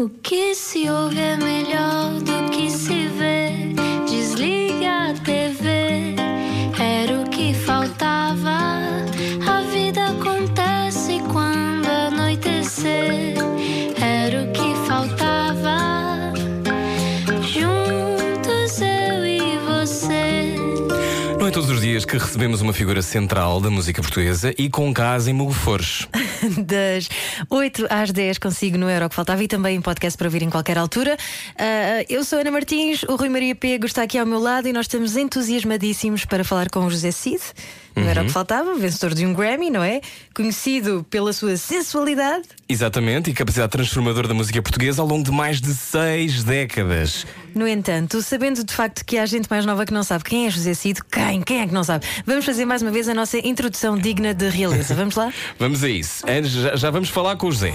O que se ouve é melhor do que se vê. Desliga a TV, era o que faltava. A vida acontece quando anoitecer. Era o que faltava. Juntos eu e você. Não é todos os dias que recebemos uma figura central da música portuguesa e com casa em Mogofores. Das 8 às 10 consigo no Era o que Faltava e também em podcast para ouvir em qualquer altura. Eu sou Ana Martins, o Rui Maria Pego está aqui ao meu lado e nós estamos entusiasmadíssimos para falar com o José Cid. Não Era o que Faltava, vencedor de um Grammy, não é? Conhecido pela sua sensualidade. Exatamente, e capacidade transformadora da música portuguesa ao longo de mais de 6 décadas. No entanto, sabendo de facto que há gente mais nova que não sabe quem é José Cid, quem é que não sabe? Vamos fazer mais uma vez a nossa introdução digna de realeza. Vamos lá? Vamos a isso. Antes, já vamos falar com o José.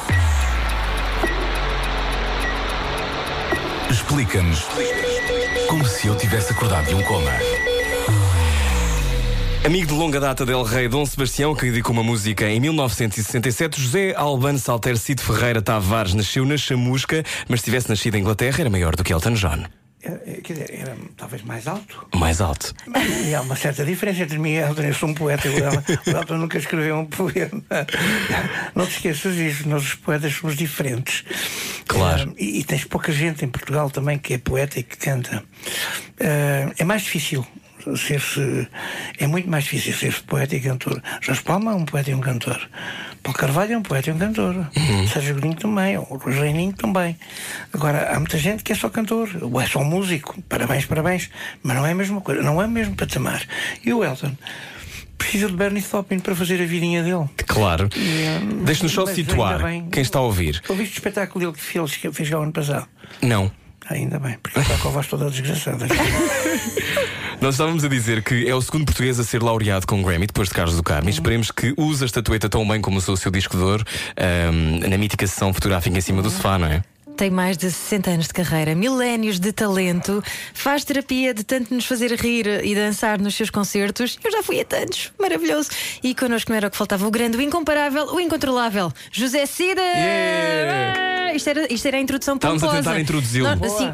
Explica-nos como se eu tivesse acordado de um coma. Amigo de longa data del Rei Dom Sebastião, que dedicou uma música em 1967, José Albano Salter Cid Ferreira Tavares nasceu na Chamusca, mas se tivesse nascido em Inglaterra era maior do que Elton John. Quer dizer, era talvez mais alto. Mais alto. E há uma certa diferença entre mim e Elton. Eu sou um poeta, o Elton nunca escreveu um poema. Não te esqueças disso, nós os poetas somos diferentes. Claro. E tens pouca gente em Portugal também que é poeta e que canta. É mais difícil ser-se. É muito mais difícil ser-se poeta e cantor. Jorge Palma é um poeta e um cantor. Paulo Carvalho é um poeta e um cantor. Sérgio Godinho também. O Luís Reininho também. Agora, há muita gente que é só cantor ou é só músico. Parabéns. Mas não é a mesma coisa. Não é o mesmo patamar. E o Elton precisa de Bernie Taupin para fazer a vidinha dele. Claro. Deixa-nos só Mas situar bem, quem está a ouvir. Ouviste o espetáculo dele que fez já o ano passado? Não. Ainda bem, porque está com a voz toda desgraçada. Nós estávamos a dizer que é o segundo português a ser laureado com um Grammy, depois de Carlos do Carmo. E esperemos que use a estatueta tão bem como usou o seu disco de ouro na mítica sessão fotográfica em cima do sofá, não é? Tem mais de 60 anos de carreira, milénios de talento, faz terapia de tanto nos fazer rir e dançar nos seus concertos. Eu já fui a tantos, maravilhoso. E connosco não era o que faltava, o grande, o incomparável, o incontrolável, José Cid. Yeah! Isto era a introdução pomposa. Estávamos a tentar introduzi-lo. Assim.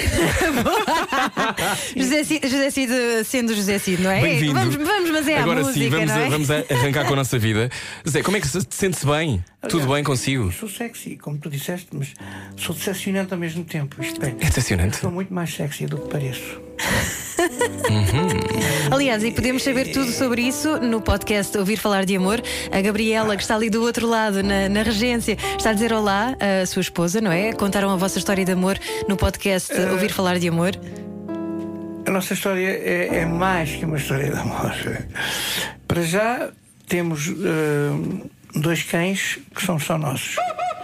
José Cid sendo José Cid, não é? Bem-vindo. Vamos, mas é agora a música, sim, não é? vamos arrancar com a nossa vida. Zé, como é que se sente-se bem? Tudo bem consigo? Sou sexy, como tu disseste, mas sou decepcionante ao mesmo tempo. Isto é decepcionante? Sou muito mais sexy do que pareço. Aliás, e podemos saber tudo sobre isso no podcast Ouvir Falar de Amor. A Gabriela, que está ali do outro lado, na regência, está a dizer olá, a sua esposa, não é? Contaram a vossa história de amor no podcast Ouvir Falar de Amor. A nossa história é mais que uma história de amor. Para já temos 2 cães que são só nossos.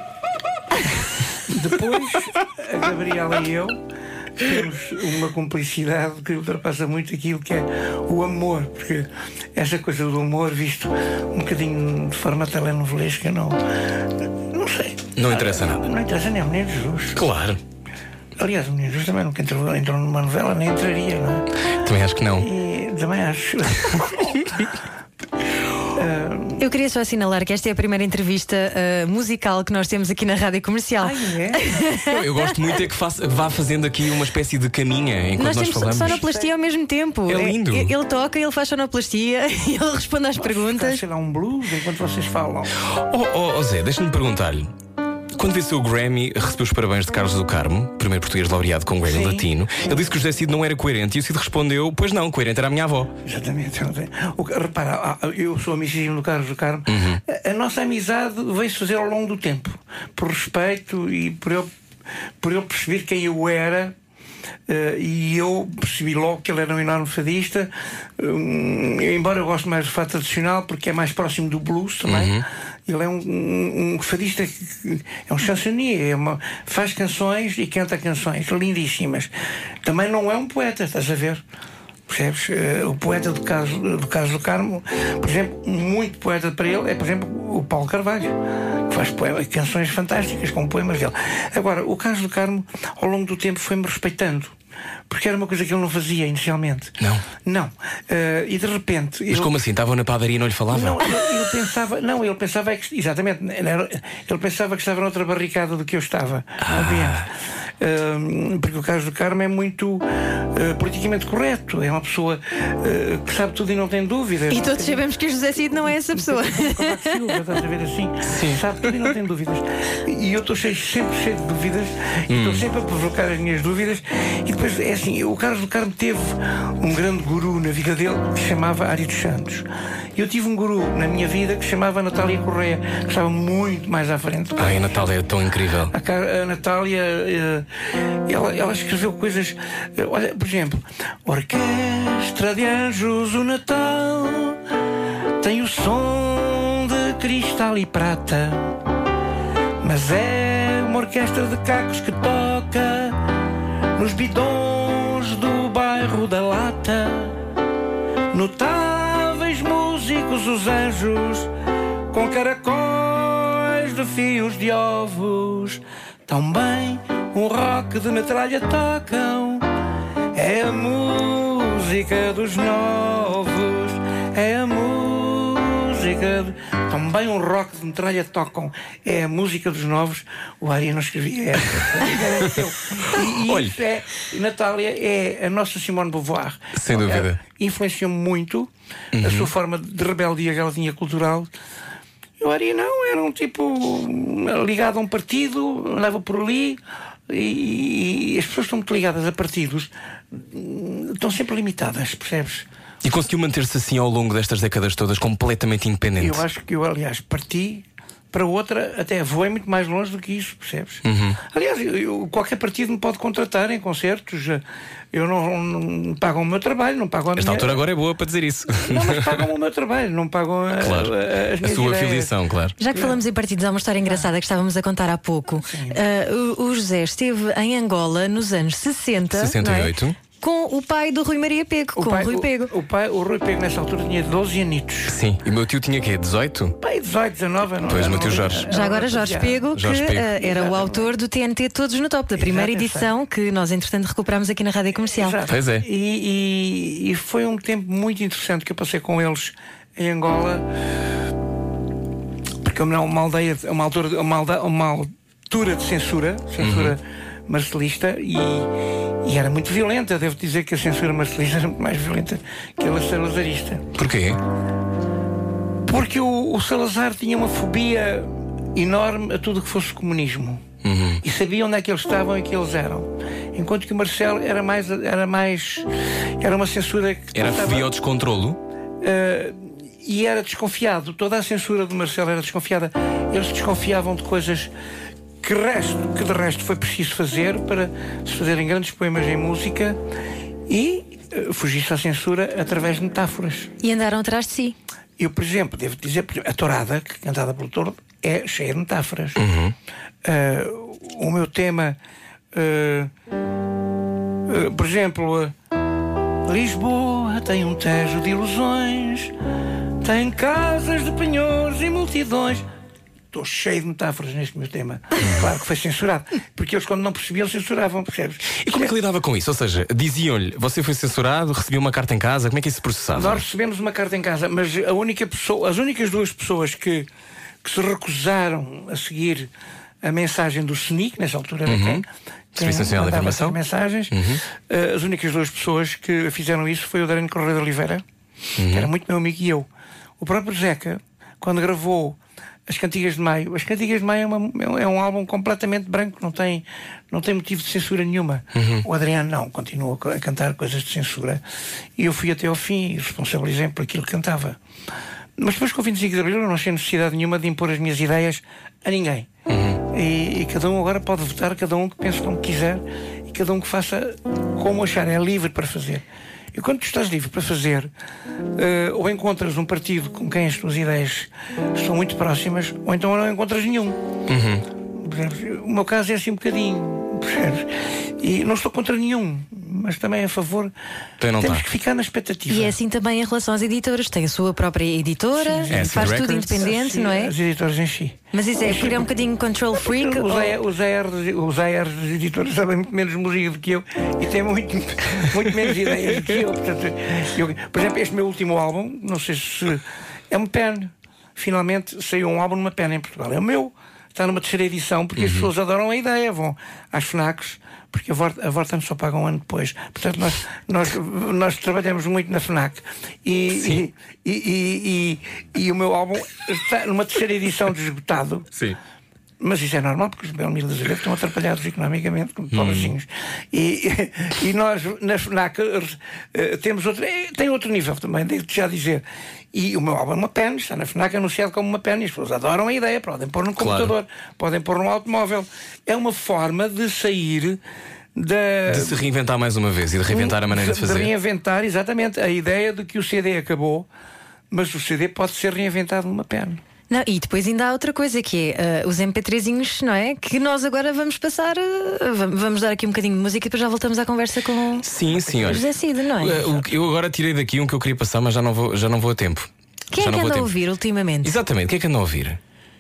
Depois, a Gabriela e eu temos uma cumplicidade que ultrapassa muito aquilo que é o amor, porque essa coisa do amor visto um bocadinho de forma telenovelesca não sei. Não interessa nada. Não interessa nem ao Menino Jesus. Claro. Aliás, o Menino Jesus também nunca entrou numa novela, nem entraria, não é? Também acho que não. E também acho. Eu queria só assinalar que esta é a primeira entrevista musical que nós temos aqui na Rádio Comercial. Eu gosto muito é que vá fazendo aqui uma espécie de caminha enquanto nós falamos. Nós temos sonoplastia ao mesmo tempo. É lindo. Ele toca, ele faz sonoplastia, ele responde às perguntas. Sei lá, um blues enquanto vocês falam. Zé, deixa-me perguntar-lhe. Quando venceu o Grammy, recebeu os parabéns de Carlos do Carmo, primeiro português laureado com o Grammy Latino. Ele disse que o José Cid não era coerente e o Cid respondeu: pois não, coerente era a minha avó. Exatamente. Repara, eu sou amicíssimo do Carlos do Carmo. A nossa amizade veio-se fazer ao longo do tempo, por respeito e por eu perceber quem eu era. E eu percebi logo que ele era um enorme fadista, embora eu goste mais do fado tradicional porque é mais próximo do blues também. Ele é um fadista, é um chansonnier, faz canções e canta canções lindíssimas. Também não é um poeta, estás a ver? Percebes? O poeta do Carlos do Carmo, por exemplo, muito poeta para ele é, por exemplo, o Paulo Carvalho, que faz canções fantásticas com poemas dele. Agora, o Carlos do Carmo, ao longo do tempo, foi-me respeitando. porque era uma coisa que ele não fazia inicialmente. Não. E de repente. Mas como assim? Estavam na padaria e não lhe falavam? Não, ele pensava que. Exatamente. Ele pensava que estava noutra barricada do que eu estava. Porque o Carlos do Carmo é muito politicamente correto. É uma pessoa que sabe tudo e não tem dúvidas. E todos sabemos que o José Cid não é essa pessoa. Estás a ver assim? Sim. Sabe tudo e não tem dúvidas. E eu estou sempre cheio de dúvidas. E estou sempre a provocar as minhas dúvidas. E depois é assim: o Carlos do Carmo teve um grande guru na vida dele que se chamava Ari dos Santos. Eu tive um guru na minha vida que se chamava Natália Correia, que estava muito mais à frente. A Natália é tão incrível. A Natália, ela escreveu coisas. Olha, por exemplo, Orquestra de Anjos, o Natal tem o som de cristal e prata, mas é uma orquestra de cacos que toca nos bidões do bairro da Lata. Notáveis músicos os anjos, com caracóis de fios de ovos. Também um rock de metralha tocam. É a música dos novos. É a música Também um rock de metralha tocam. É a música dos novos. O Ari não escrevia essa. E isso é... Natália é a nossa Simone de Beauvoir. Sem dúvida. Influenciou-me muito a sua forma de rebeldia que ela tinha cultural. O Ari não, era um tipo ligado a um partido, andava por ali, e as pessoas estão muito ligadas a partidos, estão sempre limitadas, percebes? E conseguiu manter-se assim ao longo destas décadas todas, completamente independente? Eu acho que eu, aliás, parti para outra, até voei muito mais longe do que isso, percebes? Aliás, qualquer partido me pode contratar em concertos. Eu não pagam o meu trabalho, não pagam a minha... Esta altura agora é boa para dizer isso. Não, mas pagam o meu trabalho, não pagam claro. As minhas a sua ideias. afiliação, claro. Já que falamos em partidos, há uma história engraçada que estávamos a contar há pouco. O José esteve em Angola nos anos 60, 68. não é? Com o pai do Rui Maria Pego, com o Rui Pego. O Rui Pego nessa altura tinha 12 anitos. Sim, e o meu tio tinha quê? 18? Pai, 18, 19. Pois, o meu tio Jorge. Já agora Jorge Pego, que era o autor do TNT Todos no Top, da primeira edição, que nós entretanto recuperámos aqui na Rádio Comercial. Exato. Pois é. E foi um tempo muito interessante que eu passei com eles em Angola, porque é uma aldeia, uma altura de censura marcelista, e era muito violenta. Devo dizer que a censura marcelista era muito mais violenta que a salazarista. Porquê? Porque o Salazar tinha uma fobia enorme a tudo que fosse comunismo. E sabia onde é que eles estavam e que eles eram. Enquanto que o Marcelo era uma censura que era fobia ao descontrolo. E era desconfiado. Toda a censura do Marcelo era desconfiada. Eles desconfiavam de coisas que de resto foi preciso fazer para se fazerem grandes poemas em música, e fugir-se à censura através de metáforas. E andaram atrás de si. Eu, por exemplo, devo dizer, a tourada, cantada pelo touro, é cheia de metáforas. O meu tema, por exemplo, Lisboa tem um tejo de ilusões, tem casas de penhores e multidões. Estou cheio de metáforas neste meu tema. Claro que foi censurado, porque eles, quando não percebiam, censuravam, percebes? E como é que lidava com isso? Ou seja, diziam-lhe, você foi censurado, recebeu uma carta em casa, como é que isso se processava? Nós recebemos uma carta em casa, mas as únicas duas pessoas que se recusaram a seguir a mensagem do SNIC, nessa altura era quem Serviço Nacional de Informação. Mensagens, as únicas duas pessoas que fizeram isso foi o Darino Correia de Oliveira, que era muito meu amigo, e eu. O próprio Zeca, quando gravou As Cantigas de Maio é um álbum completamente branco, não tem motivo de censura nenhuma. O Adriano não, continuou a cantar coisas de censura, e eu fui até ao fim e responsabilizei-me por aquilo que cantava. Mas depois, com o 25 de Abril, eu não achei necessidade nenhuma de impor as minhas ideias a ninguém. E cada um agora pode votar, cada um que pense como quiser, e cada um que faça como achar, é livre para fazer. E quando tu estás livre para fazer, ou encontras um partido com quem as tuas ideias estão muito próximas, ou então não encontras nenhum. O meu caso é assim um bocadinho, percebes? E não estou contra nenhum, mas também a favor. Então não Temos tá. que ficar na expectativa. E é assim também em relação às editoras. Tem a sua própria editora, Sim. faz Acid tudo Records. independente, não é? As editoras em si. Mas isso é porque é um bocadinho control freak. Os ARs das editoras sabem muito menos música do que eu e têm muito menos ideias do que eu. Portanto, por exemplo, este meu último álbum, não sei se é um pen. Finalmente saiu um álbum numa pen em Portugal. É o meu. Está numa terceira edição porque as pessoas adoram a ideia. Vão às FNACs, porque a Vorten só paga um ano depois. Portanto, nós trabalhamos muito na FNAC. E o meu álbum está numa terceira edição de esgotado. Sim. Mas isso é normal, porque os Belmiro das Azevedo estão atrapalhados economicamente, como pobrezinhos. E nós, na FNAC, temos tem outro nível também, devo-te já dizer. E o meu álbum é uma pen, está na FNAC anunciado como uma pen, e as pessoas adoram a ideia, podem pôr num computador, podem pôr num automóvel. É uma forma de sair de se reinventar mais uma vez e de reinventar a maneira de fazer. De reinventar, exatamente, a ideia de que o CD acabou, mas o CD pode ser reinventado numa pen. Não, e depois ainda há outra coisa que é os MP3zinhos, não é? Que nós agora vamos passar. Vamos dar aqui um bocadinho de música e depois já voltamos à conversa com Sim, olha. José Cid, não é? Eu agora tirei daqui um que eu queria passar, mas já não vou a tempo. Quem é que anda a ouvir ultimamente? Exatamente, quem é que anda a ouvir?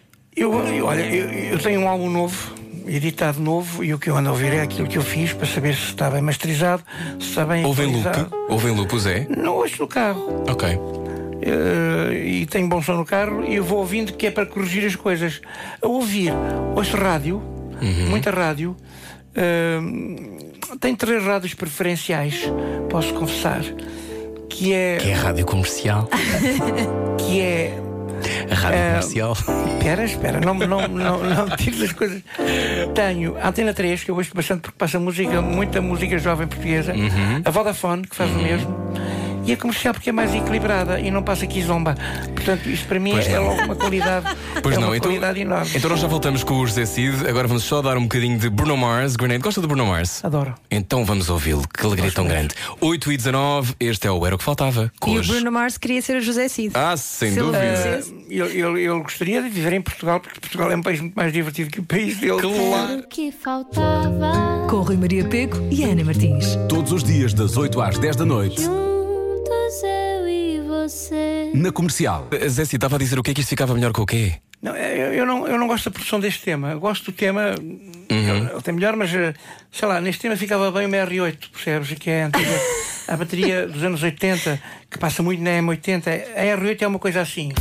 Eu tenho um álbum novo, editado novo, e o que eu ando a ouvir é aquilo que eu fiz para saber se está bem masterizado, se está bem. Ouve em loop, o Zé? Não ouço no carro. Ok. E tenho bom som no carro e eu vou ouvindo, que é para corrigir as coisas. A ouvir, ouço rádio, muita rádio. Tenho 3 rádios preferenciais, posso confessar, que é a rádio comercial. Que é a rádio comercial. Espera, não tires as coisas. Tenho a Antena 3, que eu gosto bastante porque passa muita música jovem portuguesa. A Vodafone, que faz o mesmo. E a comercial, porque é mais equilibrada e não passa aqui zomba. Portanto, isto para mim é logo uma qualidade. Qualidade enorme. Então nós já voltamos com o José Cid. Agora vamos só dar um bocadinho de Bruno Mars. Grenade, gosta de Bruno Mars? Adoro. Então vamos ouvi-lo. Que alegria tão grande. 8h19, este é o Era o que Faltava. E o Bruno Mars queria ser o José Cid. Sem dúvida. Ele gostaria de viver em Portugal, porque Portugal é um país muito mais divertido que o país dele. Claro. Era o que faltava. Com o Rui Maria Pego e a Ana Martins. Todos os dias das 8 às 10 da noite. Juntos eu e você. Na Comercial. Zé Cid estava a dizer o que é que isto ficava melhor com o quê? Não, eu não gosto da produção deste tema. Eu gosto do tema. Ele tem melhor, mas sei lá, neste tema ficava bem uma R8, percebes? Que é a antiga, a bateria dos anos 80, que passa muito na M80. A R8 é uma coisa assim.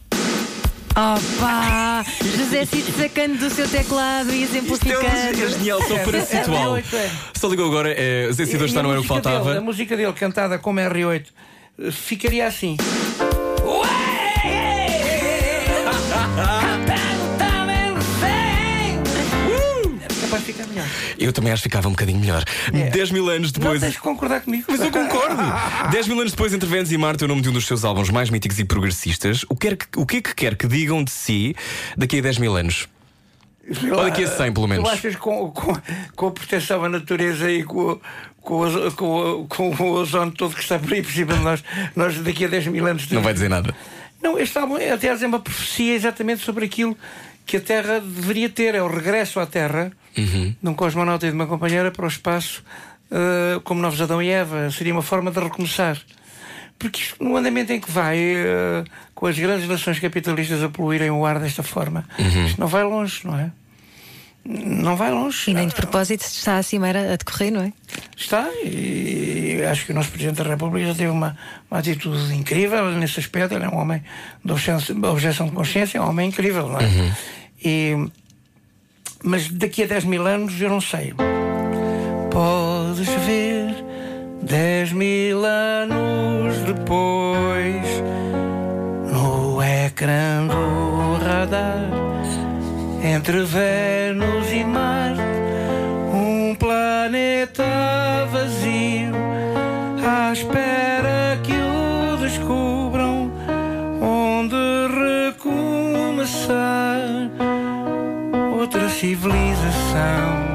Opa! José Cid sacando do seu teclado e exemplificando. É genial, só para situá-lo. Só ligou agora, Zé Cid está no Era o que Faltava. A música dele cantada como R8 ficaria assim. Capaz de ficar melhor. Eu também acho que ficava um bocadinho melhor. 10 mil anos depois. Não tens de concordar comigo. Mas eu concordo. 10 mil anos depois, entre Vênus e Marte, é o nome de um dos seus álbuns mais míticos e progressistas. O que é que quer que digam de si daqui a 10 mil anos? Ou daqui a 100, pelo menos. Tu achas com a proteção à natureza e com o ozono todo que está por aí por cima de nós daqui a 10 mil anos... Não vai dizer nada. Não, este álbum até é uma profecia exatamente sobre aquilo que a Terra deveria ter. É o regresso à Terra de um cosmonauta e de uma companheira para o espaço, como novos Adão e Eva. Seria uma forma de recomeçar. Porque isto, no andamento em que vai, com as grandes nações capitalistas a poluírem o ar desta forma, isto não vai longe, não é? Não vai longe. E nem de propósito está a cimeira a decorrer, não é? Está, e acho que o nosso Presidente da República já teve uma atitude incrível nesse aspecto. Ele é um homem de objeção de consciência, é um homem incrível, não é? Mas daqui a 10 mil anos eu não sei. Podes ver 10 mil anos depois no ecrã do radar, entre Vênus e Marte, um planeta vazio, à espera que o descubram, onde recomeçar outra civilização.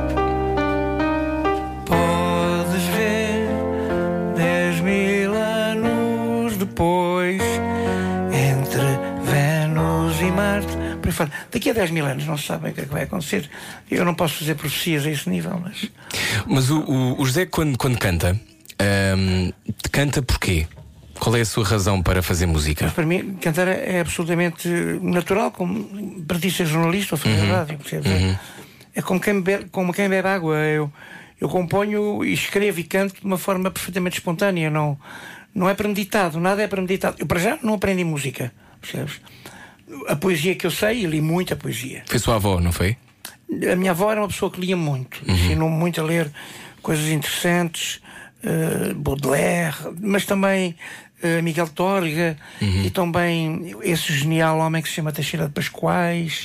Podes ver 10 mil anos depois, entre Vênus e Marte. aí fora. Daqui a 10 mil anos não se sabe o que é que vai acontecer. Eu não posso fazer profecias a esse nível, Mas o José, quando canta, canta porquê? Qual é a sua razão para fazer música? Mas para mim, cantar é absolutamente natural, como para ti ser jornalista ou fazer rádio. É como quem bebe água. Eu componho e escrevo e canto de uma forma perfeitamente espontânea. Não é premeditado, nada é premeditado. Eu, para já, não aprendi música, percebes? A poesia que eu sei, e li muita poesia. Foi sua avó, não foi? A minha avó era uma pessoa que lia muito, ensinou-me muito a ler coisas interessantes, Baudelaire, mas também Miguel Torga, e também esse genial homem que se chama Teixeira de Pascoais,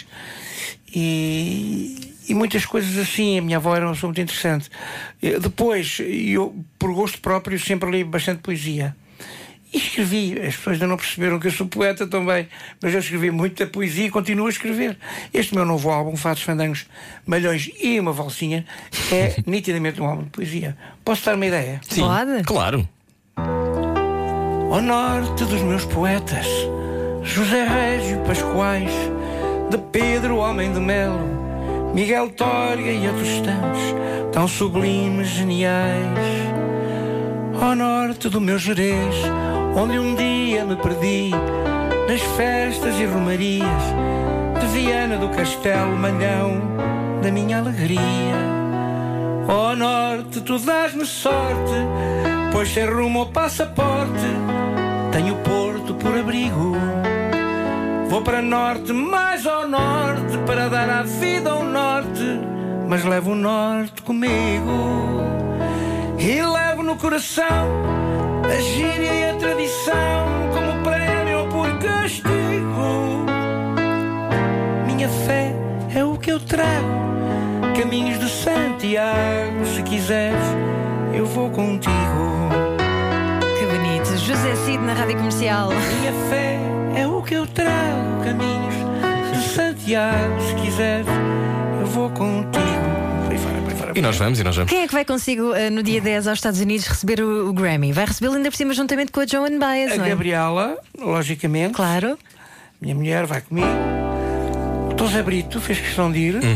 e muitas coisas assim. A minha avó era uma pessoa muito interessante. Depois, eu, por gosto próprio, sempre li bastante poesia. E escrevi. As pessoas ainda não perceberam que eu sou poeta também, mas eu escrevi muita poesia e continuo a escrever. Este meu novo álbum, Fados, Fandangos, Malhões e uma Valsinha, é nitidamente um álbum de poesia. Posso dar uma ideia? Sim, pode? Claro. Ao norte dos meus poetas, José Régio Pascoais, de Pedro Homem de Melo, Miguel Torga e outros tantos, tão sublimes, geniais. Ao norte do meu Jerez, onde um dia me perdi nas festas e romarias de Viana do Castelo, Malhão da minha alegria. Ao norte tu dás-me sorte, pois sem rumo ao passaporte tenho o Porto por abrigo. Vou para norte, mais ao norte, para dar à vida ao norte, mas levo o norte comigo. E levo no coração a gíria e a tradição, como prémio ou por castigo. Minha fé é o que eu trago, caminhos de Santiago. Se quiseres, eu vou contigo. Que bonito. José Cid na Rádio Comercial. Minha fé é o que eu trago, caminhos de Santiago. Se quiseres, eu vou contigo. Por aí fora. E nós vamos. Quem é que vai consigo no dia 10 aos Estados Unidos receber o Grammy? Vai recebê-lo ainda por cima juntamente com a Joan Baez, A não é? Gabriela, logicamente. Claro. Minha mulher vai comigo. O Tom Zé Brito fez questão de ir.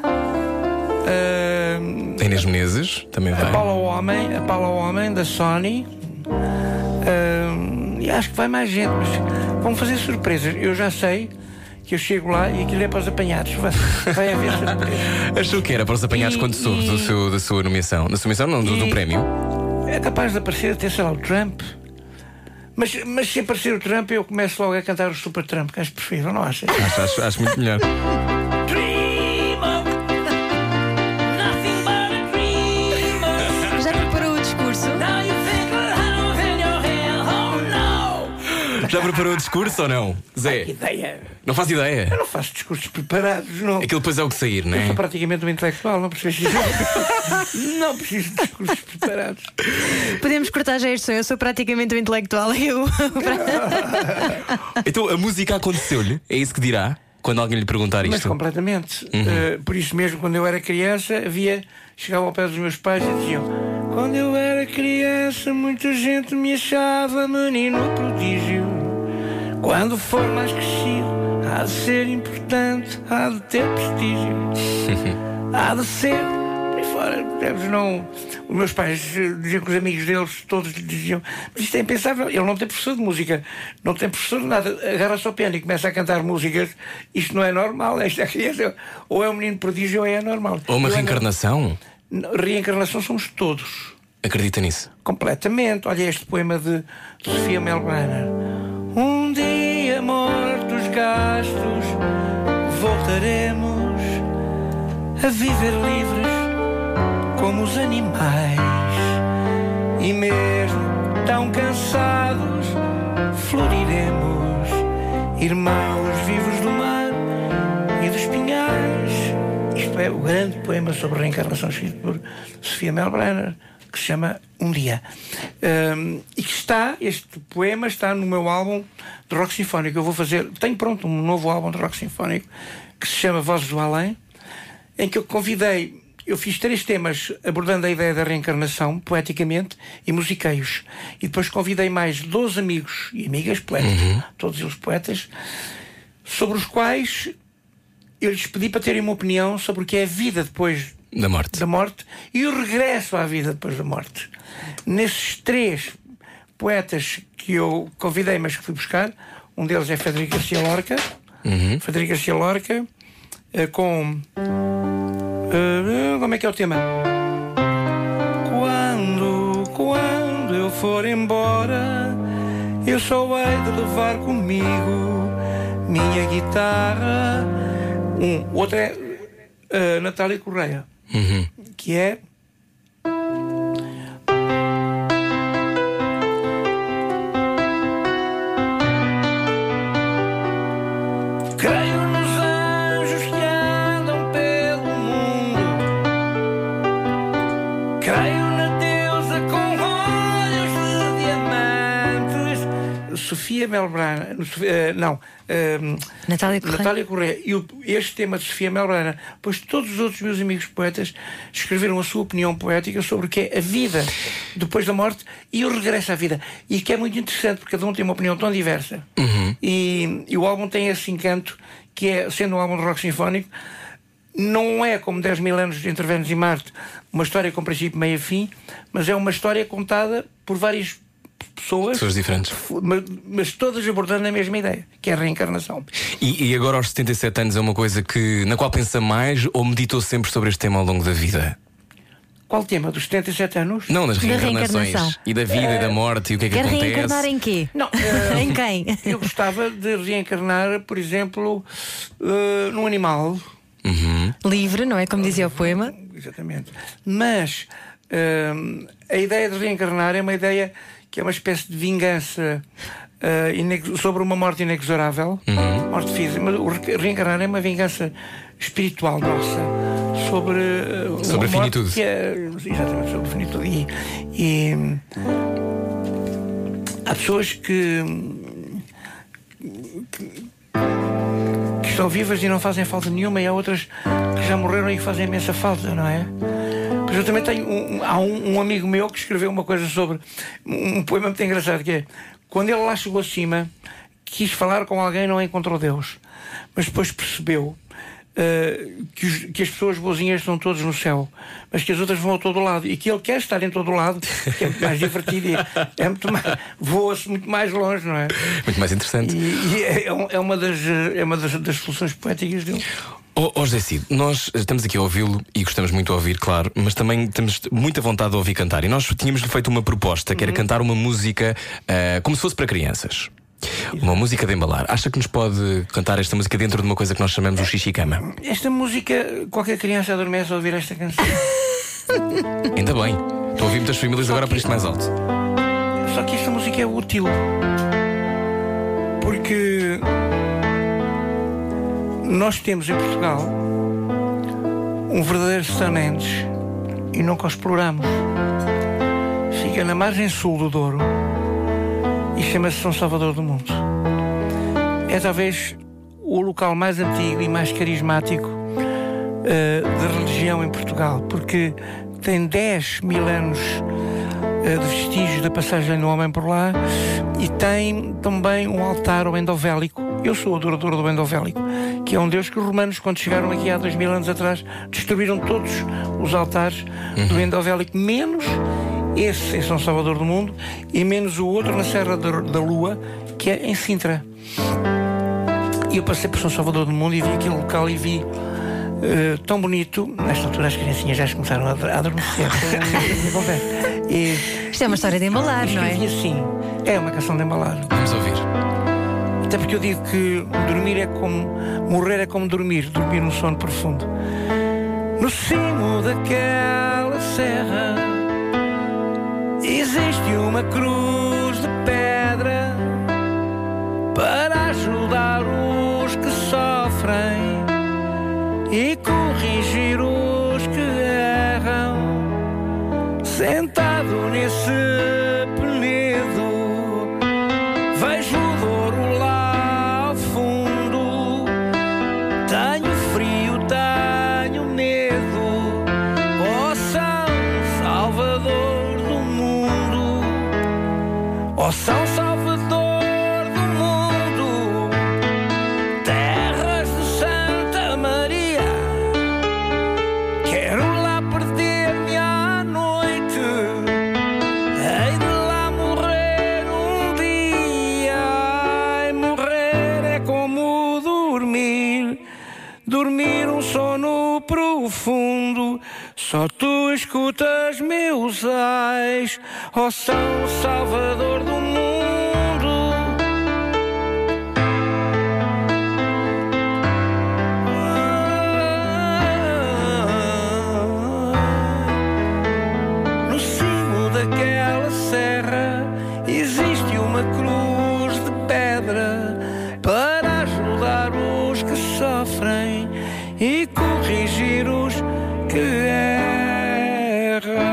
A Inês Menezes também vai. A Paula Homem da Sony. E acho que vai mais gente, mas vão fazer surpresas. Eu já sei que eu chego lá e aquilo é para os apanhados. Vai haver surpresas. Achou que era para os apanhados quando soube da sua nomeação? Da sua nomeação, não, do prémio? É capaz de aparecer até, sei lá, o Trump. Mas se aparecer o Trump, eu começo logo a cantar o Super Trump, que acho preferível, não achas? Acho muito melhor. Já preparou o discurso? Já preparou o discurso ou não, Zé? Que ideia! Não faz ideia? Eu não faço discursos preparados, não. Aquilo depois é o que sair, não Eu é? sou praticamente um intelectual, não preciso não preciso de discursos preparados. Podemos cortar já este som. Eu sou praticamente um intelectual. Então a música aconteceu-lhe? É isso que dirá? Quando alguém lhe perguntar Mas isto? completamente. Por isso mesmo, quando eu era criança, chegava ao pé dos meus pais e diziam: quando eu era criança, muita gente me achava menino prodígio. Quando for mais crescido, há de ser importante, há de ter prestígio. Há de ser. Por aí fora, não. Os meus pais diziam que os amigos deles todos lhe diziam: mas isto é impensável, ele não tem professor de música, não tem professor de nada, agarra-se ao piano e começa a cantar músicas. Isto não é normal, esta criança ou é um menino prodígio ou é anormal. Ou uma reencarnação? Reencarnação somos todos. Acredita nisso? Completamente. Olha este poema de Sofia Melbrenner. Um dia mortos, gastos, voltaremos a viver livres como os animais. E mesmo tão cansados, floriremos, irmãos vivos do mar e dos pinhais. Isto é o grande poema sobre reencarnação escrito por Sofia Melbrenner, que se chama Um Dia. E que este poema está no meu álbum de rock sinfónico. Eu vou fazer, tenho pronto um novo álbum de rock sinfónico que se chama Vozes do Além, em que eu fiz 3 temas abordando a ideia da reencarnação, poeticamente, e musiquei-os. E depois convidei mais 12 amigos e amigas poetas, todos eles poetas, sobre os quais eu lhes pedi para terem uma opinião sobre o que é a vida depois Da morte e o regresso à vida depois da morte. Nesses 3 poetas que eu convidei, mas que fui buscar, um deles é Federico Garcia Lorca. Federico Garcia Lorca, com como é que é o tema? Quando eu for embora, eu só hei de levar comigo minha guitarra. Outro é Natália Correia, que é creio nos anjos que andam pelo mundo, creio na deusa com olhos de diamantes, Sofia Melbrana, Natália Correia. E este tema de Sofia Melbrana, pois todos os outros meus amigos poetas escreveram a sua opinião poética sobre o que é a vida depois da morte e o regresso à vida. E que é muito interessante, porque cada um tem uma opinião tão diversa. E o álbum tem esse encanto, que é, sendo um álbum de rock sinfónico, não é como 10.000 anos entre Vênus e Marte, uma história com princípio, meio e fim, mas é uma história contada por várias pessoas diferentes, mas todas abordando a mesma ideia, que é a reencarnação. E agora aos 77 anos é uma coisa na qual pensa mais, ou meditou sempre sobre este tema ao longo da vida? Qual tema? Dos 77 anos? Não, nas reencarnações. reencarnação. E da vida e da morte, e o que é que Quer acontece? reencarnar em quê? Não, Em quem? eu gostava de reencarnar, por exemplo, num animal. Livre, não é? Como dizia o poema. Exatamente. Mas a ideia de reencarnar é uma ideia que é uma espécie de vingança sobre uma morte inexorável, morte física. Mas o reencarnar é uma vingança espiritual nossa sobre a finitude. Exatamente, sobre a finitude. E há pessoas que estão vivas e não fazem falta nenhuma, e há outras que já morreram e que fazem imensa falta, não é? Mas eu também tenho há um amigo meu que escreveu uma coisa sobre um poema muito engraçado, que é: quando ele lá chegou acima, quis falar com alguém e não encontrou Deus, mas depois percebeu que as pessoas boazinhas estão todos no céu, mas que as outras vão a todo lado, e que ele quer estar em todo lado, que é muito mais divertido, é muito mais, voa-se muito mais longe, não é? Muito mais interessante. E é uma das soluções poéticas dele. José Cid, nós estamos aqui a ouvi-lo e gostamos muito de ouvir, claro, mas também temos muita vontade de ouvir cantar. E nós tínhamos-lhe feito uma proposta, que era cantar uma música como se fosse para crianças. Uma música de embalar. Acha que nos pode cantar esta música dentro de uma coisa que nós chamamos o xixi-cama? Esta música, qualquer criança adormece a ouvir esta canção. Ainda bem. Estou a ouvir muitas famílias agora por isto mais alto. Só que esta música é útil, porque nós temos em Portugal um verdadeiro Stonehenge e nunca o exploramos. Fica na margem sul do Douro e chama-se São Salvador do Mundo. É talvez o local mais antigo e mais carismático da religião em Portugal, porque tem 10.000 anos de vestígios da passagem do homem por lá, e tem também um altar ao endovélico. Eu sou adorador do endovélico, que é um deus que os romanos, quando chegaram aqui há 2.000 anos atrás, destruíram todos os altares do endovélico, menos esse em São Salvador do Mundo e menos o outro na Serra da Lua, que é em Sintra. E eu passei por São Salvador do Mundo e vi aquele local e vi tão bonito. Nesta altura as criancinhas já começaram a adormecer. Isto é uma história de embalar, não é? Assim, é uma canção de embalar. Vamos ouvir. Até porque eu digo que morrer é como dormir num sono profundo. No cimo daquela serra existe uma cruz de pedra para ajudar os que sofrem e corrigir os que erram. Sentado nesse penedo, vejo o Douro lá ao fundo. Tenho frio, tenho medo, ó São Salvador do mundo, ó São Salvador do mundo, terras de Santa Maria. fundo, só tu escutas meus ais, ó São Salvador do mundo. No cimo daquela serra existe uma cruz de pedra para ajudar os que sofrem e corrigir os que erram.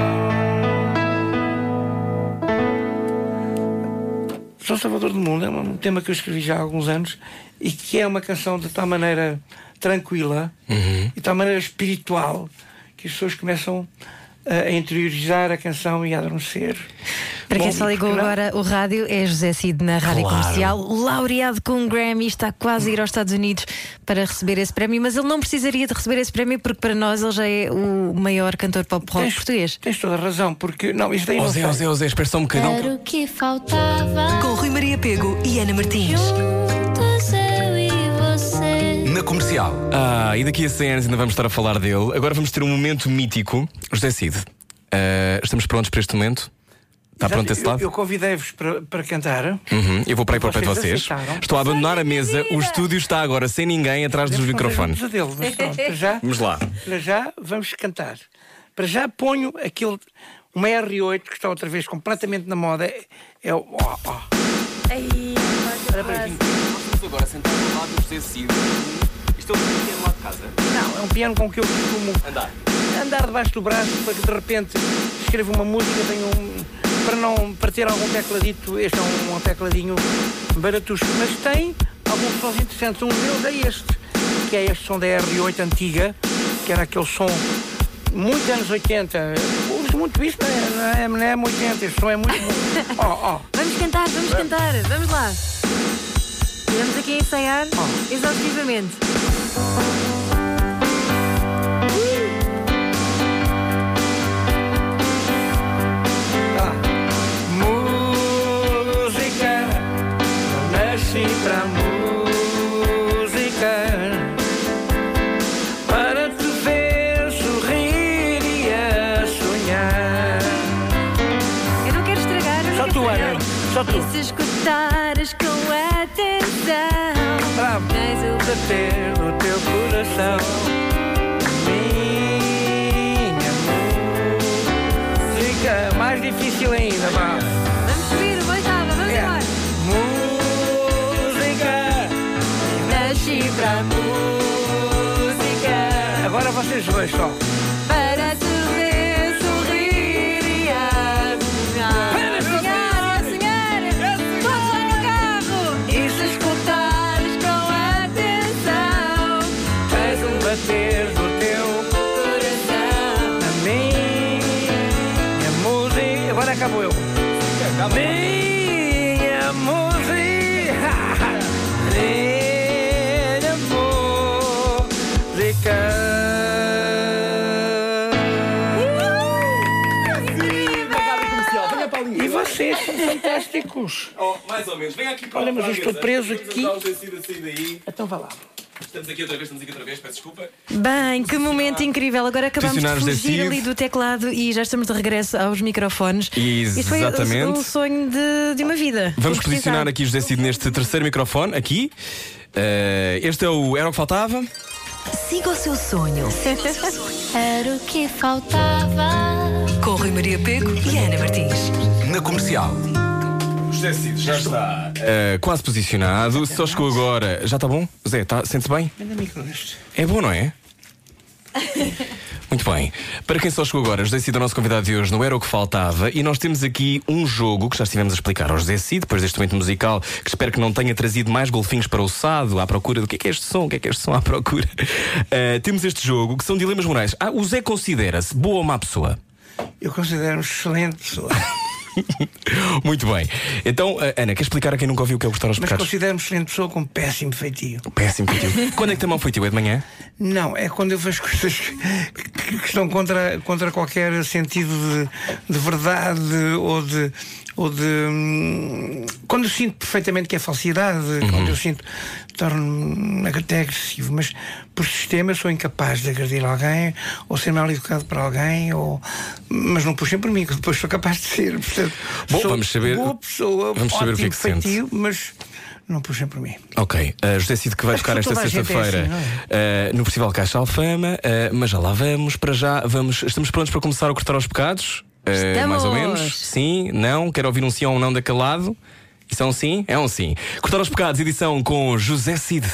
São Salvador do Mundo é um tema que eu escrevi já há alguns anos e que é uma canção de tal maneira tranquila e de tal maneira espiritual que as pessoas começam a interiorizar a canção e a adormecer. Para quem só ligou agora o rádio, é José Cid na Rádio Comercial, laureado com um Grammy, está quase a ir aos Estados Unidos para receber esse prémio, mas ele não precisaria de receber esse prémio porque para nós ele já é o maior cantor pop rock português. Tens toda a razão, porque não, isto aí não Zé, espera só um bocadinho. Era o que faltava. Com Rui Maria Pego e Ana Martins. Juntos eu e você. Na Comercial. E daqui a 100 anos ainda vamos estar a falar dele. Agora vamos ter um momento mítico. José Cid, estamos prontos para este momento? Está pronto esse lado? Eu convidei-vos para cantar. Eu vou para aí para o pé de vocês. Aceitaram. Estou a abandonar a mesa. O estúdio está agora sem ninguém atrás dos microfones. Para já, Vamos lá. para já vamos cantar. Para já ponho aquele uma R8 que está outra vez completamente na moda. É o Estamos agora sentados ao lado do José Cid. Isto é um piano lá de casa? Não, é um piano com que eu costumo andar debaixo do braço para que de repente escrevo uma música, para ter algum tecladito. Este é um tecladinho baratusco, mas tem alguns sons interessantes. Um deles é este, que é este som da R8 antiga, que era aquele som muito anos 80. Uso muito isso, não é 80, este som é muito. Vamos cantar, vamos lá. Estamos aqui a ensaiar exaustivamente. Música, nasci para a música, para te ver sorrir e a sonhar. Eu não quero estragar. Só tu, Ana, só tu. E se escutares com atenção, Bravo. tens o Bater no teu coração, minha música. Mais difícil ainda, vá. Vamos subir uma oitava, vamos embora. Música, Nasci para a música, agora vocês dois só. para te ver sorrir e a sonhar. Para Sonhar, todos lá no carro. E se escutares com atenção, Tens um bater do teu coração. a minha música. Agora acabou eu. Minha música. Minha música. E vocês são fantásticos. Mais ou menos. Vem aqui para Olha, mas eu estou preso aqui. Daí. Então vá lá. Estamos aqui outra vez, peço desculpa. Bem, que momento incrível. Agora acabamos de Pressionar José fugir Cid. ali do teclado e já estamos de regresso aos microfones. Isto foi Exatamente. um sonho de uma vida. Vamos Vou posicionar precisar. aqui José Cid neste terceiro microfone, aqui. Este é o Era o que Faltava. Siga o seu sonho. Era o que faltava. Com Rui Maria Pego e Ana Martins. Na Comercial. José Cid já está quase posicionado. Só chegou agora. Já está bom? Zé, sente-se bem? Manda micro neste. É bom, não é? Muito bem. Para quem só chegou agora, José Cid é o nosso convidado de hoje, não Era o que Faltava. E nós temos aqui um jogo que já estivemos a explicar ao José Cid, depois deste momento musical, que espero que não tenha trazido mais golfinhos para o Sado, à procura do que é este som, o que é este som à procura. Temos este jogo que são dilemas morais. O Zé considera-se boa ou má pessoa? Eu considero-me excelente pessoa. Muito bem. Então, Ana, quer explicar a quem nunca ouviu o que é gostar aos Mas pecados? considero-me excelente pessoa com péssimo feitio. Péssimo feitio. Quando é que tem mau feitio? É de manhã? Não, é quando eu vejo coisas que estão contra qualquer sentido de verdade quando eu sinto perfeitamente que é falsidade, quando eu sinto, torno-me até agressivo, mas por sistema eu sou incapaz de agredir alguém ou ser mal educado para alguém, mas não puxem por mim, que depois sou capaz de ser. Portanto, bom, sou vamos saber, boa pessoa, vamos saber o que é que feitio, mas não puxem por mim. Ok, José Cid que vai tocar esta sexta-feira no Festival Caixa Alfama, mas já lá vamos, para já estamos prontos para começar a cortar aos pecados? Mais ou menos? Sim? Não? Quero ouvir um sim ou um não daquele lado? Isso é um sim? É um sim. Cortar aos pecados, edição com José Cid.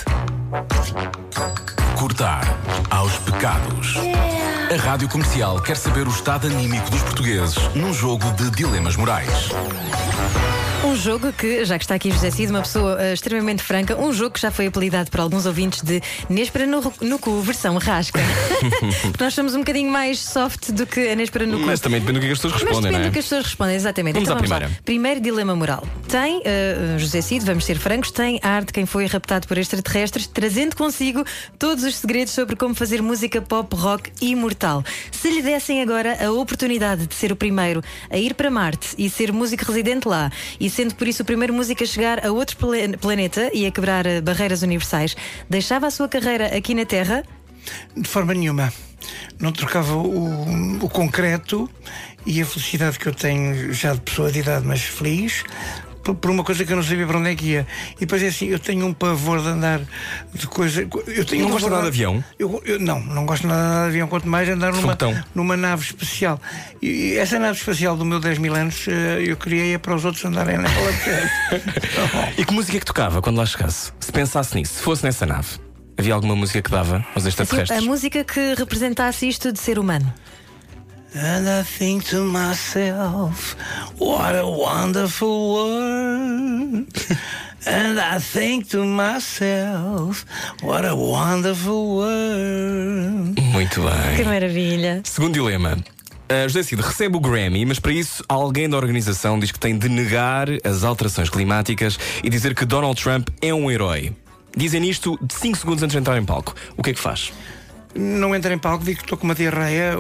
Cortar aos pecados. A Rádio Comercial quer saber o estado anímico dos portugueses num jogo de dilemas morais. Um jogo que, já que está aqui José Cid, uma pessoa extremamente franca, um jogo que já foi apelidado por alguns ouvintes de Néspera no cu, versão rasca. Porque nós somos um bocadinho mais soft do que a Néspera no cu. Mas também depende do que as pessoas respondem, depende não é? do que as pessoas respondem, exatamente. Vamos então, à primeira. Lá. Primeiro dilema moral. Tem, José Cid, vamos ser francos, tem a arte de quem foi raptado por extraterrestres, trazendo consigo todos os segredos sobre como fazer música pop rock imortal. Se lhe dessem agora a oportunidade de ser o primeiro a ir para Marte e ser músico residente lá, e sendo por isso o primeiro músico a chegar a outro planeta e a quebrar barreiras universais, deixava a sua carreira aqui na Terra? De forma nenhuma. Não trocava o concreto e a felicidade que eu tenho já de pessoa de idade mais feliz por uma coisa que eu não sabia para onde é que ia. E depois é assim, eu tenho um pavor de andar de coisa. Não gosta nada de avião? Não gosto nada de avião, quanto mais andar numa nave espacial. E essa nave espacial do meu 10 mil anos eu criei para os outros andarem nela. E que música é que tocava quando lá chegasse? Se pensasse nisso, se fosse nessa nave, havia alguma música que dava aos extraterrestres? Assim, a música que representasse isto de ser humano. And I think to myself, what a wonderful world. And I think to myself, what a wonderful world. Muito bem. Que maravilha. Segundo dilema. José Cid recebe o Grammy, mas para isso alguém da organização diz que tem de negar as alterações climáticas e dizer que Donald Trump é um herói. Dizem isto de 5 segundos antes de entrar em palco. O que é que faz? Não entro em palco, digo que estou com uma diarreia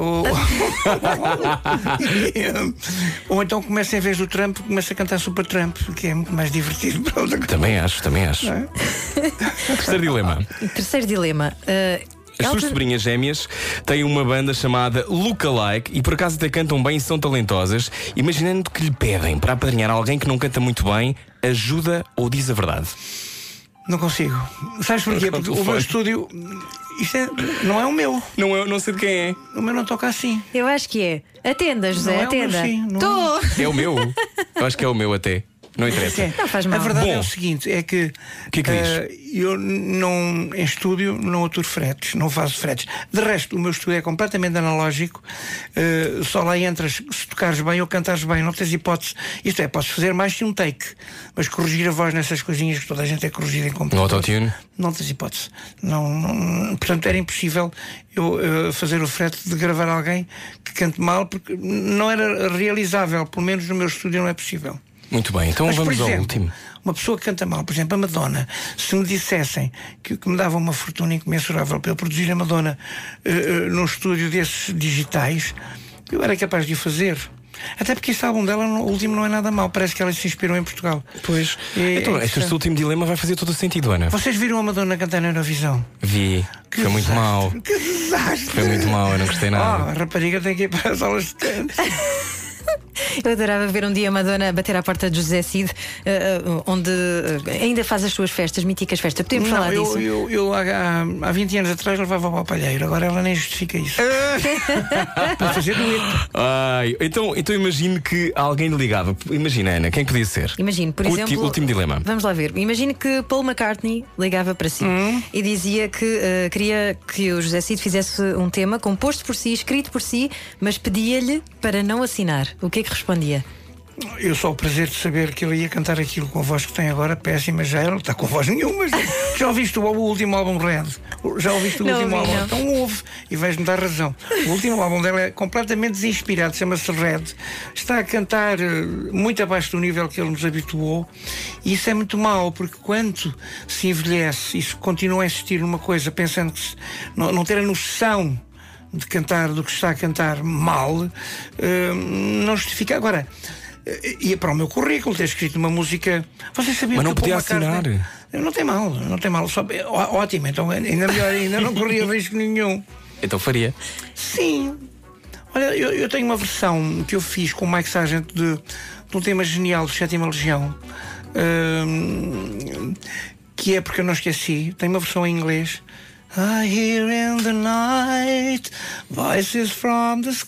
ou então começa, em vez do Trump, começa a cantar Super Trump, que é muito mais divertido. Também acho. É? Terceiro dilema. Terceiro dilema. As suas sobrinhas gêmeas têm uma banda chamada Lookalike e por acaso até cantam bem e são talentosas. Imaginando que lhe pedem para apadrinhar alguém que não canta muito bem, ajuda ou diz a verdade? Não consigo. Sabes porquê? Porque o meu estúdio, isto não é o meu. Não sei de quem é. O meu não toca assim. Eu acho que é. Atenda, José, não atenda. É o meu, sim, Estou. É o meu? Eu acho que é o meu até. Não interessa. Não faz mal. A verdade Bom, é o seguinte, é que, o que é que diz? Eu não, em estúdio não aturo fretes, não faço fretes. De resto, o meu estúdio é completamente analógico. Só lá entras se tocares bem ou cantares bem, não tens hipótese. Isto é, podes fazer mais que um take, mas corrigir a voz nessas coisinhas que toda a gente é corrigida em computador. No autotune? Não tens hipótese. Portanto, era impossível eu fazer o frete de gravar alguém que cante mal, porque não era realizável, pelo menos no meu estúdio não é possível. Muito bem, então Mas, vamos por exemplo, ao último. Uma pessoa que canta mal, por exemplo, a Madonna, se me dissessem que me dava uma fortuna incomensurável para eu produzir a Madonna num estúdio desses digitais, eu era capaz de o fazer. Até porque este álbum dela, o último, não é nada mau. Parece que ela se inspirou em Portugal. Pois. Então, este último dilema vai fazer todo o sentido, Ana. Vocês viram a Madonna cantar na Eurovisão? Vi. Foi muito mau. Que desastre! Foi muito mau, eu não gostei nada. A rapariga tem que ir para as aulas de canto. Eu adorava ver um dia a Madonna bater à porta de José Cid, onde ainda faz as suas festas, míticas festas. Podemos falar disso? Eu há 20 anos atrás levava ao palheiro, agora ela nem justifica isso. Para fazer dueto. Então imagine que alguém lhe ligava. Imagina, Ana, quem podia ser? Imagine, por exemplo. Último dilema. Vamos lá ver. Imagine que Paul McCartney ligava para si e dizia que queria que o José Cid fizesse um tema composto por si, escrito por si, mas pedia-lhe para não assinar. O que é que respondia? eu só o prazer de saber que ele ia cantar aquilo com a voz que tem agora, péssima, já ele não está com voz nenhuma. Já ouviste o último álbum Red? Já ouviste o último álbum? Não. Então ouve e vais-me dar razão. O último álbum dela é completamente desinspirado, chama-se Red. Está a cantar muito abaixo do nível que ele nos habituou, e isso é muito mau, porque quando se envelhece e se continua a insistir numa coisa pensando que não ter a noção de cantar do que está a cantar mal, não justifica. Agora, ia para o meu currículo ter escrito uma música. Você sabia mas que não podia Paul McCartney... assinar. Não tem mal, não tem mal. Ótimo, então ainda melhor, ainda não corria risco nenhum. Então faria. Sim. Olha, eu tenho uma versão que eu fiz com o Mike Sargent de um tema genial do Sétima Legião, que é Porque Eu Não Esqueci. Tem uma versão em inglês. I hear in the night voices from the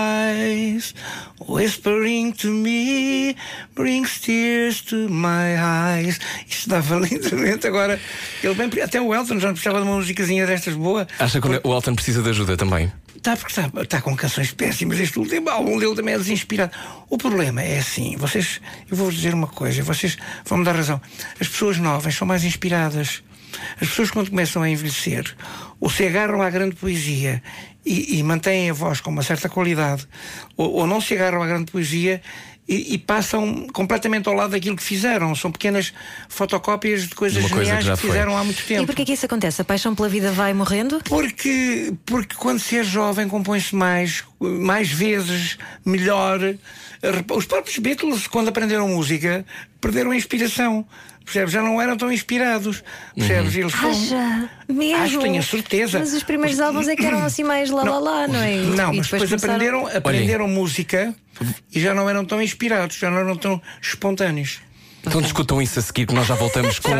skies whispering to me, brings tears to my eyes. Isto dava lindamente. Agora, até o Elton já precisava de uma musicazinha destas boa. Acha que o Elton precisa de ajuda também? Porque está com canções péssimas. Este último álbum dele também é desinspirado. O problema é assim, eu vou-vos dizer uma coisa, vocês vão-me dar razão. As pessoas novas são mais inspiradas. As pessoas, quando começam a envelhecer, ou se agarram à grande poesia e mantêm a voz com uma certa qualidade, ou não se agarram à grande poesia e passam completamente ao lado daquilo que fizeram. São pequenas fotocópias de coisas geniais que fizeram há muito tempo. E porquê que isso acontece? A paixão pela vida vai morrendo? Porque quando se é jovem compõe-se mais vezes, melhor. Os próprios Beatles, quando aprenderam música, perderam a inspiração. Percebes? Já não eram tão inspirados. Percebes? Eles Acha? Mesmo? Acho, tenho a certeza. Mas os primeiros álbuns é que eram assim mais lá, não é? Não, E mas depois aprenderam música e já não eram tão inspirados, já não eram tão espontâneos. Então discutam isso a seguir, que nós já voltamos com.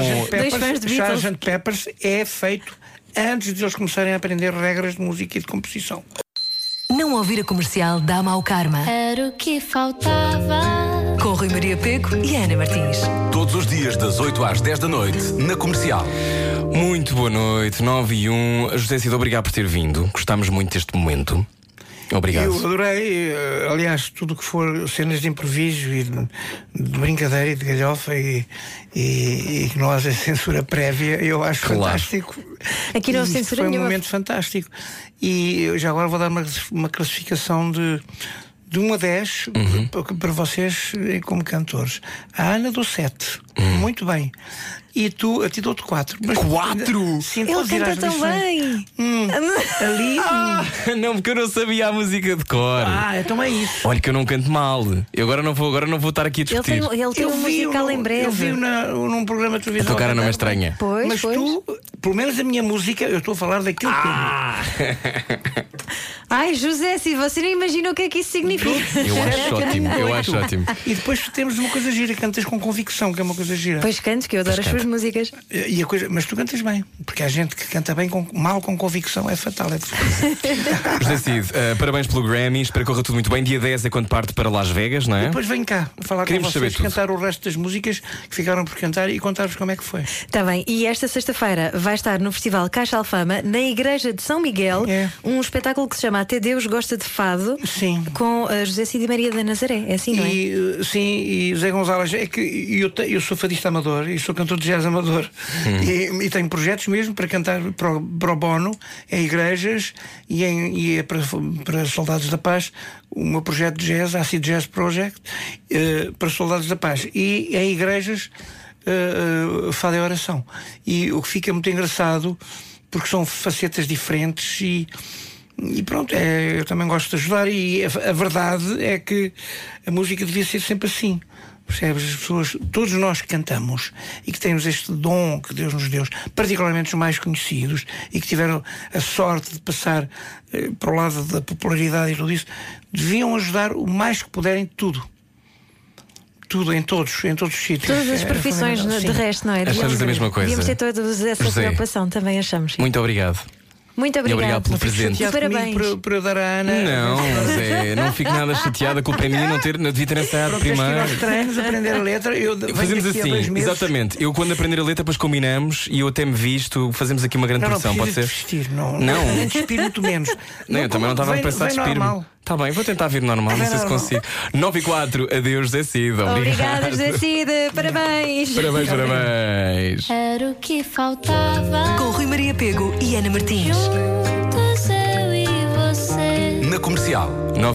Sgt. Peppers é feito antes de eles começarem a aprender regras de música e de composição. Não ouvir a Comercial dá mau karma. Era o que faltava. Com Rui Maria Pego e Ana Martins. Todos os dias das 8 às 10 da noite, na Comercial. Muito boa noite, 9:01. José Cid, obrigado por ter vindo. Gostámos muito deste momento. Obrigado. Eu adorei, aliás, tudo o que for cenas de improviso e de brincadeira e de galhofa e que não haja censura prévia, eu acho fantástico. Aqui não há censura foi um nenhuma. momento fantástico. E eu já agora vou dar uma classificação de 1 a 10 para vocês como cantores. A Ana dou 7. Muito bem. E a ti dou-te 4. 4? Sim, Ele canta tão bem. Ali. Não, porque eu não sabia a música de cor. Então é isso. Olha que eu não canto mal. Eu agora não vou estar aqui a discutir. Ele tem um musical em breve. Eu vi num programa de A televisão. tua cara não é estranha. Pois, Mas pois. tu, pelo menos a minha música, eu estou a falar daquilo que Ai, José, se você não imagina o que é que isso significa. Eu acho ótimo. E depois temos uma coisa gira, cantas com convicção, que é uma coisa gira. Pois canto, que eu adoro as suas músicas. Mas tu cantas bem, porque há gente que canta bem mal com convicção, é fatal. José Cid, parabéns pelo Grammy, espero que corra tudo muito bem. Dia 10 é quando parte para Las Vegas, não é? Depois vem cá falar Queremos com vocês, saber tudo. cantar o resto das músicas que ficaram por cantar e contar-vos como é que foi. Está bem, e esta sexta-feira vai estar no Festival Caixa Alfama, na Igreja de São Miguel, um espetáculo que se chama Até Deus Gosta de Fado. Sim. Com a José Cid e Maria da Nazaré, é assim, não é? Sim, e José Gonzalez, é que eu sou fadista amador e sou cantor de jazz amador e tenho projetos mesmo para cantar pro bono em igrejas e é para Soldados da Paz, o meu projeto de jazz, Acid Jazz Project, para Soldados da Paz e em igrejas fado e oração, e o que fica muito engraçado porque são facetas diferentes e pronto, eu também gosto de ajudar e a verdade é que a música devia ser sempre assim. Percebes? As pessoas, todos nós que cantamos e que temos este dom que Deus nos deu, particularmente os mais conhecidos e que tiveram a sorte de passar para o lado da popularidade e tudo isso, deviam ajudar o mais que puderem tudo, em todos os sítios. Todas as profissões de resto, não é? Achamos a mesma coisa. Devíamos ter todos essa preocupação, também achamos. Muito obrigado. Muito E obrigado obrigado pelo presente. E parabéns. Por eu dar à Ana. Não, Zé, não fico nada chateado. A culpa é minha não devia ter ensaiado Tens que ir primeiro. aos treinos, aprender a letra. Fazemos assim, exatamente. Eu quando aprender a letra, depois combinamos e eu até me visto, fazemos aqui uma grande produção, pode ser? Vestir, não. Não. Nem despir, muito menos. Não, eu também não estava a pensar vem despir-me. normal. Está bem, vou tentar vir normal, não sei se consigo. 9 e 4, adeus, José Cid. Obrigada, José Cid. Parabéns. Parabéns, parabéns. Era o que faltava. Com Rui Maria Pego e Ana Martins. Juntos eu e você. Na Comercial.